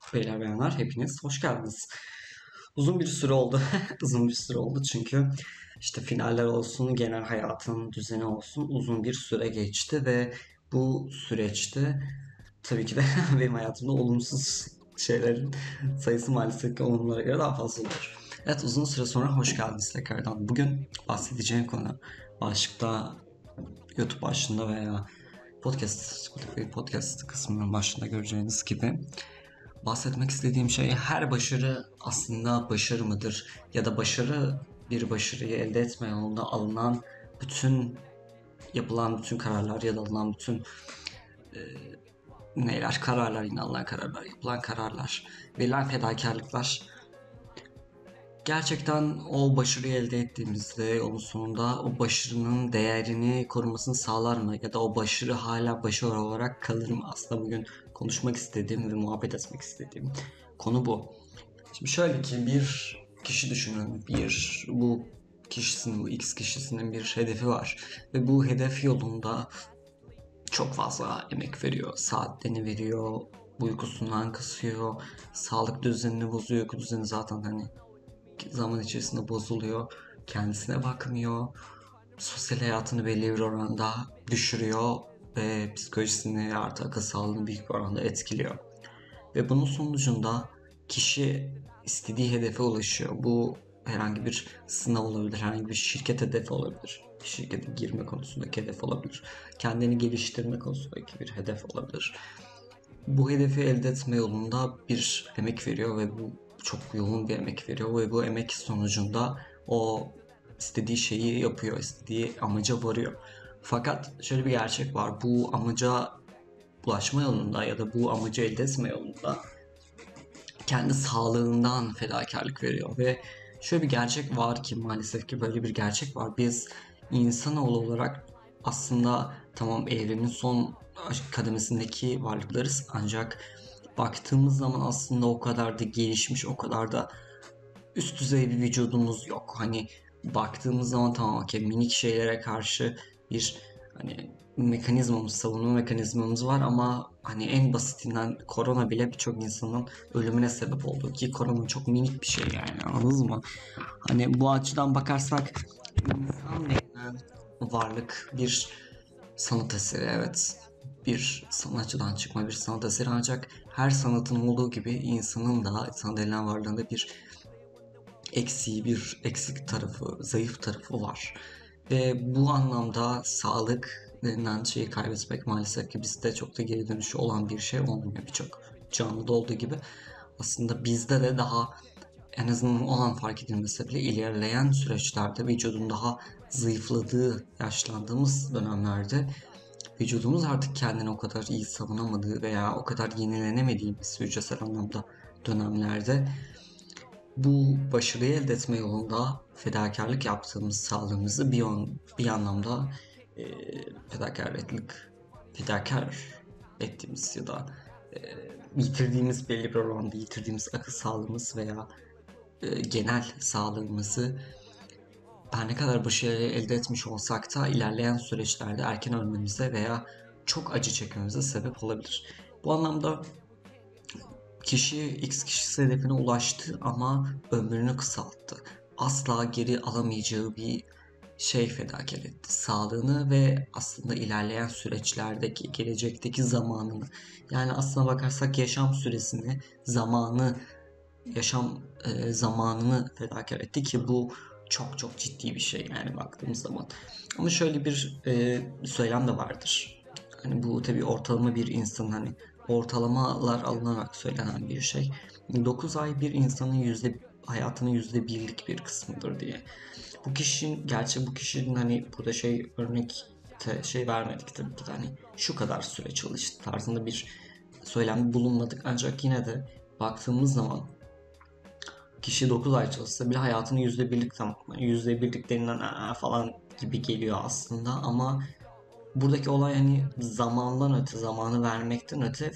Beyler bayanlar hepiniz hoş geldiniz. Uzun bir süre oldu. Uzun bir süre oldu çünkü işte finaller olsun, genel hayatın düzeni olsun uzun bir süre geçti ve bu süreçte tabii ki de benim hayatımda olumsuz şeylerin sayısı maalesef ki olumlulara göre daha fazla olur. Evet, uzun süre sonra hoş geldiniz tekrardan. Bugün bahsedeceğim konu başlıkta YouTube başlığında veya podcast kısmının başında göreceğiniz gibi bahsetmek istediğim şey her başarı aslında başarı mıdır? Ya da başarı bir başarıyı elde etme yolunda alınan yapılan bütün kararlar ya da alınan bütün kararlar, yine alınan kararlar, yapılan kararlar, verilen fedakarlıklar gerçekten o başarıyı elde ettiğimizde onun sonunda o başarının değerini korumasını sağlar mı? Ya da o başarı hala başarı olarak kalır mı? Aslında bugün konuşmak istediğim ve muhabbet etmek istediğim konu bu. Şimdi şöyle ki bir kişi düşünün. Bu X kişisinin bir hedefi var. Ve bu hedef yolunda çok fazla emek veriyor. Saatlerini veriyor. Uykusundan kısıyor. Sağlık düzenini bozuyor. Uyku düzeni zaten zaman içerisinde bozuluyor. Kendisine bakmıyor. Sosyal hayatını belli bir oranda düşürüyor. Ve psikolojisini artı akıl sağlığını büyük bir oranda etkiliyor. Ve bunun sonucunda kişi istediği hedefe ulaşıyor. Bu herhangi bir sınav olabilir, herhangi bir şirket hedefi olabilir. Bir şirkete girme konusundaki hedef olabilir. Kendini geliştirme konusundaki bir hedef olabilir. Bu hedefi elde etme yolunda bir emek veriyor ve bu çok yoğun bir emek veriyor ve bu emek sonucunda o istediği şeyi yapıyor, istediği amaca varıyor. Fakat şöyle bir gerçek var. Bu amaca ulaşma yolunda ya da bu amacı elde etme yolunda kendi sağlığından fedakarlık veriyor ve şöyle bir gerçek var ki maalesef ki böyle bir gerçek var. Biz insanoğlu olarak aslında tamam evrenin son kademesindeki varlıklarız ancak baktığımız zaman aslında o kadar da gelişmiş, o kadar da üst düzey bir vücudumuz yok. Hani baktığımız zaman tamam okey minik şeylere karşı bir savunma mekanizmamız var ama hani en basitinden korona bile birçok insanın ölümüne sebep oldu ki korona çok minik bir şey yani, anladınız mı? Hani bu açıdan bakarsak insan denilen varlık bir sanat eseri, evet. Bir sanatçıdan çıkma bir sanat eseri ancak her sanatın olduğu gibi insanın da insan denilen varlığında bir eksik tarafı, zayıf tarafı var. Ve bu anlamda sağlık denilen şeyi kaybetmek maalesef ki bizde çok da geri dönüşü olan bir şey olmuyor, birçok canlıda olduğu gibi. Aslında bizde de daha en azından olan fark edilmese bile ilerleyen süreçlerde vücudun daha zayıfladığı, yaşlandığımız dönemlerde vücudumuz artık kendini o kadar iyi savunamadığı veya o kadar yenilenemediğimiz hücresel anlamda dönemlerde bu başarıyı elde etme yolunda fedakarlık yaptığımız sağlığımızı bir anlamda e, fedakar ettiğimiz ya da e, yitirdiğimiz belli bir oranda yitirdiğimiz akıl sağlığımız veya genel sağlığımızı her ne kadar başarı elde etmiş olsak da ilerleyen süreçlerde erken ölmemize veya çok acı çekmemize sebep olabilir. Bu anlamda X kişisi hedefine ulaştı ama ömrünü kısalttı. Asla geri alamayacağı bir şey fedakar etti. Sağlığını ve aslında ilerleyen süreçlerdeki, gelecekteki zamanını. Yani aslına bakarsak yaşam zamanını fedakar etti ki bu çok çok ciddi bir şey yani baktığımız zaman. Ama şöyle bir söylem de vardır. Hani bu tabii ortalama bir insan, hani ortalamalar alınarak söylenen bir şey. 9 ay bir insanın hayatının %1'lik bir kısmıdır diye. Bu kişinin hani burada şey vermedik tabii ki de hani şu kadar süre çalıştı tarzında bir söylem bulunmadık ancak yine de baktığımız zaman kişi 9 ay çalışsa bile hayatının %1'lik %1'lik denilen falan gibi geliyor aslında ama buradaki olay hani zamanı vermekten öte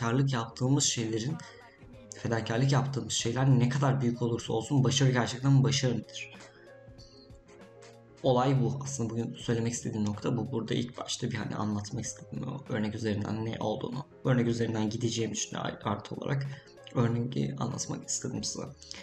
fedakarlık yaptığımız şeyler ne kadar büyük olursa olsun başarı gerçekten başarıdır. Olay bu. Aslında bugün söylemek istediğim nokta bu. Burada ilk başta bir hani anlatmak istedim o örnek üzerinden ne olduğunu. Örnek üzerinden gideceğim için artı olarak örneği anlatmak istedim size.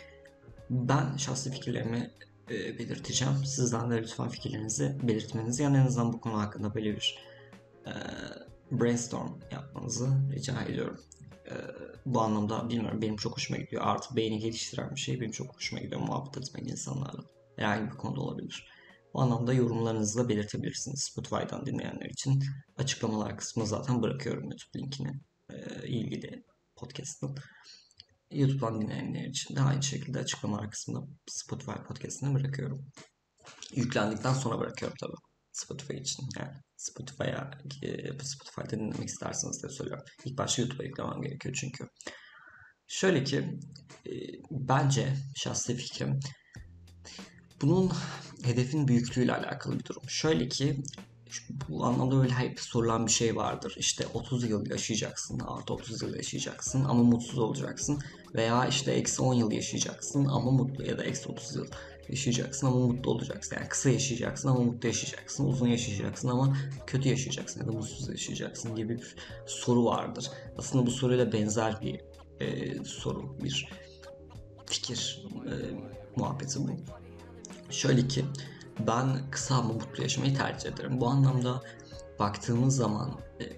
Ben şahsi fikirlerimi belirteceğim. Sizden de lütfen fikirlerinizi belirtmenizi, yani en azından bu konu hakkında böyle bir e, brainstorm yapmanızı rica ediyorum. Bu anlamda bilmiyorum, benim çok hoşuma gidiyor. Artı beyni geliştiren bir şey. Benim çok hoşuma gidiyor muhabbet etmek insanlarla. Herhangi bir konuda olabilir. Bu anlamda yorumlarınızı da belirtebilirsiniz. Spotify'dan dinleyenler için açıklamalar kısmına zaten bırakıyorum YouTube linkini. İlgili podcast'ın. YouTube'dan dinleyenler için de aynı şekilde açıklamalar kısmında Spotify podcast'ını bırakıyorum. Yüklendikten sonra bırakıyorum tabii. Spotify için, yani Spotify'da dinlemek isterseniz de söylüyorum. İlk başta YouTube'a yüklemem gerekiyor çünkü. Şöyle ki bence şahsi fikrim bunun hedefin büyüklüğüyle alakalı bir durum. Şöyle ki bu anlamda öyle hep sorulan bir şey vardır. İşte 30 yıl yaşayacaksın, artı 30 yıl yaşayacaksın ama mutsuz olacaksın. Veya işte eksi 10 yıl yaşayacaksın ama mutlu, ya da eksi 30 yıl yaşayacaksın ama mutlu olacaksın. Yani kısa yaşayacaksın ama mutlu yaşayacaksın. Uzun yaşayacaksın ama kötü yaşayacaksın ya da mutsuz yaşayacaksın gibi bir soru vardır. Aslında bu soruyla benzer bir soru, bir fikir muhabbeti bu. Şöyle ki ben kısa ama mutlu yaşamayı tercih ederim. Bu anlamda baktığımız zaman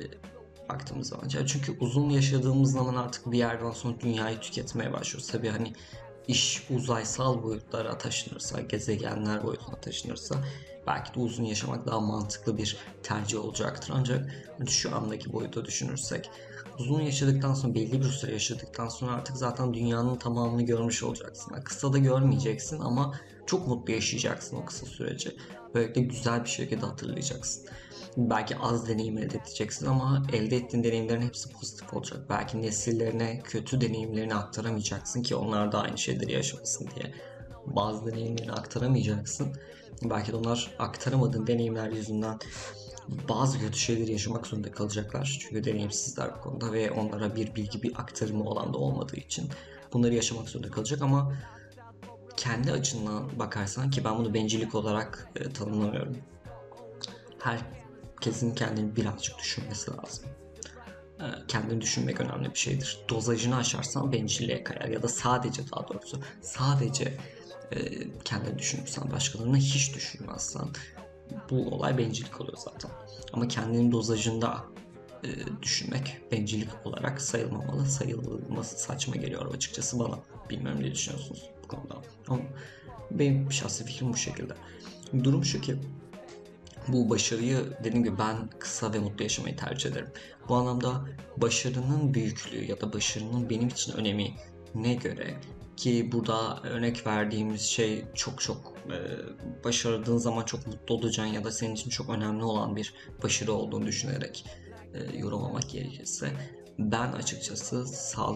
çünkü uzun yaşadığımız zaman artık bir yerden sonra dünyayı tüketmeye başlıyoruz. Tabii hani iş uzaysal boyutlara taşınırsa, gezegenler boyutuna taşınırsa belki de uzun yaşamak daha mantıklı bir tercih olacaktır. Ancak şu andaki boyuta düşünürsek uzun yaşadıktan sonra, belli bir süre yaşadıktan sonra artık zaten dünyanın tamamını görmüş olacaksın. Yani kısa da görmeyeceksin ama çok mutlu yaşayacaksın o kısa süreci. Böylelikle güzel bir şekilde hatırlayacaksın. Belki az deneyim elde edeceksin ama elde ettiğin deneyimlerin hepsi pozitif olacak. Belki nesillerine kötü deneyimlerini aktaramayacaksın ki onlar da aynı şeyleri yaşamasın diye. Bazı deneyimlerini aktaramayacaksın. Belki de onlar aktaramadığın deneyimler yüzünden bazı kötü şeyleri yaşamak zorunda kalacaklar. Çünkü deneyimsizler bu konuda ve onlara bir bilgi, bir aktarımı olan da olmadığı için bunları yaşamak zorunda kalacak. Ama kendi açından bakarsan, ki ben bunu bencillik olarak tanımlamıyorum. Herkesin kendini birazcık düşünmesi lazım. Kendini düşünmek önemli bir şeydir. Dozajını aşarsan bencilliğe kayar, ya da sadece, daha doğrusu sadece kendini düşünürsen, başkalarını hiç düşünmezsen bu olay bencillik oluyor zaten. Ama kendinin dozajında düşünmek bencillik olarak sayılmamalı. Sayılması saçma geliyor açıkçası bana. Bilmiyorum ne düşünüyorsunuz bu konuda. Ama benim şahsi fikrim bu şekilde. Durum şu ki bu başarıyı, dediğim gibi, ben kısa ve mutlu yaşamayı tercih ederim. Bu anlamda başarının büyüklüğü ya da başarının benim için önemi ne göre, ki burada örnek verdiğimiz şey çok başardığın zaman çok mutlu olacağın ya da senin için çok önemli olan bir başarı olduğunu düşünerek yorumlamak gerekirse, ben açıkçası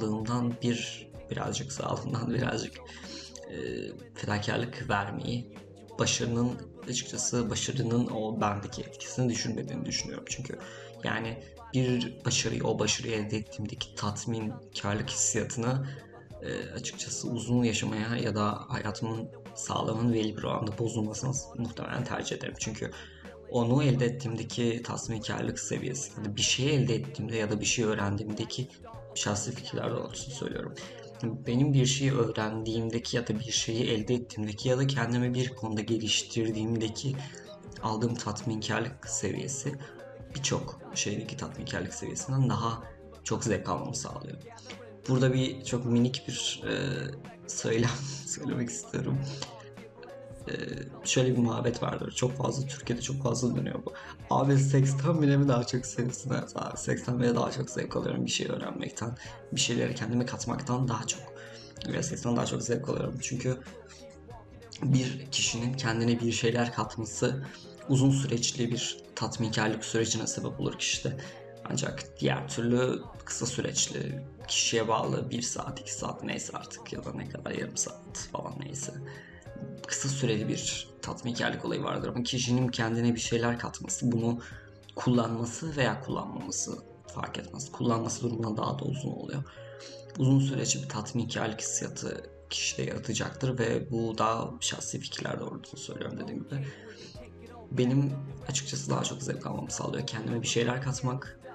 birazcık fedakarlık vermeyi, başarının o bendeki etkisini düşürmediğini düşünüyorum. Çünkü yani o başarıyı elde ettiğimdeki tatminkarlık hissiyatını açıkçası uzun yaşamaya ya da hayatımın, sağlığımın belli bir oranda bozulmasını muhtemelen tercih ederim. Çünkü onu elde ettiğimdeki tatminkarlık seviyesi, bir şeyi elde ettiğimde ya da bir şey öğrendiğimdeki, şahsi fikirler doğrultusunu söylüyorum, benim bir şeyi öğrendiğimdeki ya da bir şeyi elde ettiğimdeki ya da kendimi bir konuda geliştirdiğimdeki aldığım tatminkarlık seviyesi birçok şeydeki tatminkarlık seviyesinden daha çok zevk almamı sağlıyor. Burada çok minik bir söylem söylemek istiyorum. Şöyle bir muhabbet vardır. Türkiye'de çok fazla dönüyor bu. Abi seksten bile mi daha çok seviyorsun? Evet abi, seksten bile daha çok zevk alıyorum bir şey öğrenmekten. Bir şeyleri kendime katmaktan daha çok. Ve 80 daha çok zevk alıyorum. Çünkü bir kişinin kendine bir şeyler katması uzun süreçli bir tatminkarlık sürecine sebep olur kişide. Ancak diğer türlü kısa süreçli, kişiye bağlı, 1 saat 2 saat neyse artık, ya da ne kadar, yarım saat falan neyse, kısa süreli bir tatminkarlık olayı vardır. Ama kişinin kendine bir şeyler katması, bunu kullanması veya kullanmaması fark etmez. Kullanması durumundan daha da uzun oluyor. Uzun süreçli bir tatminkarlık hissiyatı kişide yaratacaktır ve bu daha şahsi fikirler doğrultusunu söylüyorum, dediğim gibi. Benim açıkçası daha çok zevk almamı sağlıyor. Kendime bir şeyler katmak,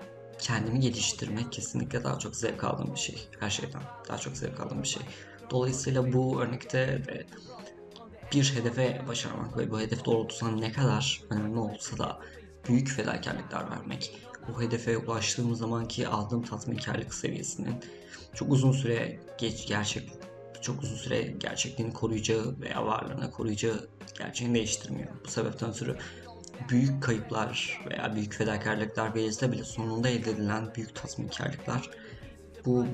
kendimi geliştirmek kesinlikle daha çok zevk aldığım bir şey. Her şeyden daha çok zevk aldığım bir şey. Dolayısıyla bu örnekte de bir hedefe başarmak ve bu hedef doğrultusunda ne kadar önemli olsa da büyük fedakarlıklar vermek, bu hedefe ulaştığım zamanki aldığım tatminkarlık seviyesinin çok uzun süre çok uzun süre gerçekliğini koruyacağı veya varlığını koruyacağı gerçeğini değiştirmiyor. Bu sebepten ötürü büyük kayıplar veya büyük fedakarlıklar verilse bile sonunda elde edilen büyük tatminkarlıklar bu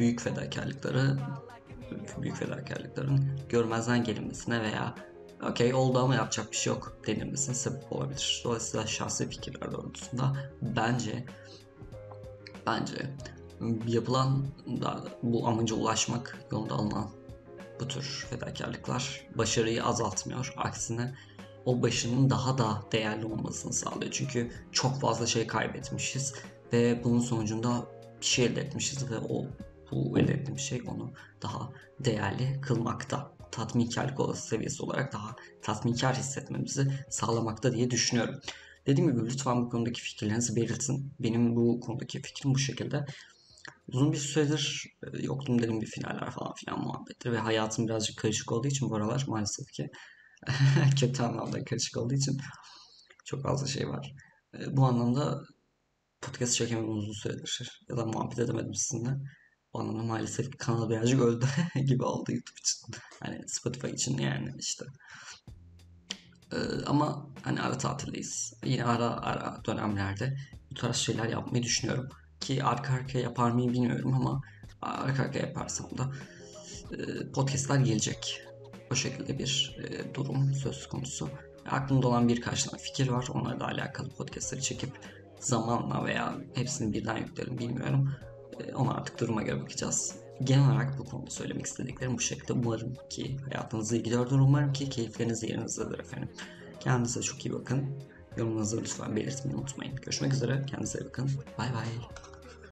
büyük fedakarlıkların görmezden gelinmesine veya okey oldu ama yapacak bir şey yok denilmesine sebep olabilir. Dolayısıyla şahsi fikirler doğrultusunda bence yapılan bu amaca ulaşmak yolunda alınan bu tür fedakarlıklar başarıyı azaltmıyor. Aksine o başarının daha da değerli olmasını sağlıyor. Çünkü çok fazla şey kaybetmişiz ve bunun sonucunda bir şey elde etmişiz ve bu elde ettiğimiz şey onu daha değerli kılmakta. Tatminkarlık seviyesi olarak daha tatminkar hissetmemizi sağlamakta diye düşünüyorum. Dediğim gibi lütfen bu konudaki fikirlerinizi belirtin. Benim bu konudaki fikrim bu şekilde. Uzun bir süredir yoktum dedim bir finaller falan filan muhabbetleri ve hayatım birazcık karışık olduğu için bu aralar maalesef ki kötü anlamda karışık olduğu için çok fazla şey var. Bu anlamda podcast çekemedim uzun süredir ya da muhabbet edemedim sizinle. Bu anlamda maalesef kanal birazcık öldü gibi oldu YouTube için. Hani Spotify için yani işte. Ama hani ara tatildeyiz. Yine ara dönemlerde bu tarz şeyler yapmayı düşünüyorum. Ki arka arkaya yapar mıyım bilmiyorum ama arka arkaya yaparsam da podcastlar gelecek. O şekilde bir durum söz konusu. Aklımda olan birkaç tane fikir var. Onlarla alakalı podcastları çekip zamanla veya hepsini birden yüklerim bilmiyorum. Ona artık duruma göre bakacağız. Genel olarak bu konuda söylemek istediklerim bu şekilde. Umarım ki hayatınızı iyi gidiyordur. Umarım ki keyifleriniz yerinizdedir efendim. Kendinize çok iyi bakın. Yorumlarınızı lütfen belirtmeyi unutmayın. Görüşmek üzere. Kendinize iyi bakın. Bay bay.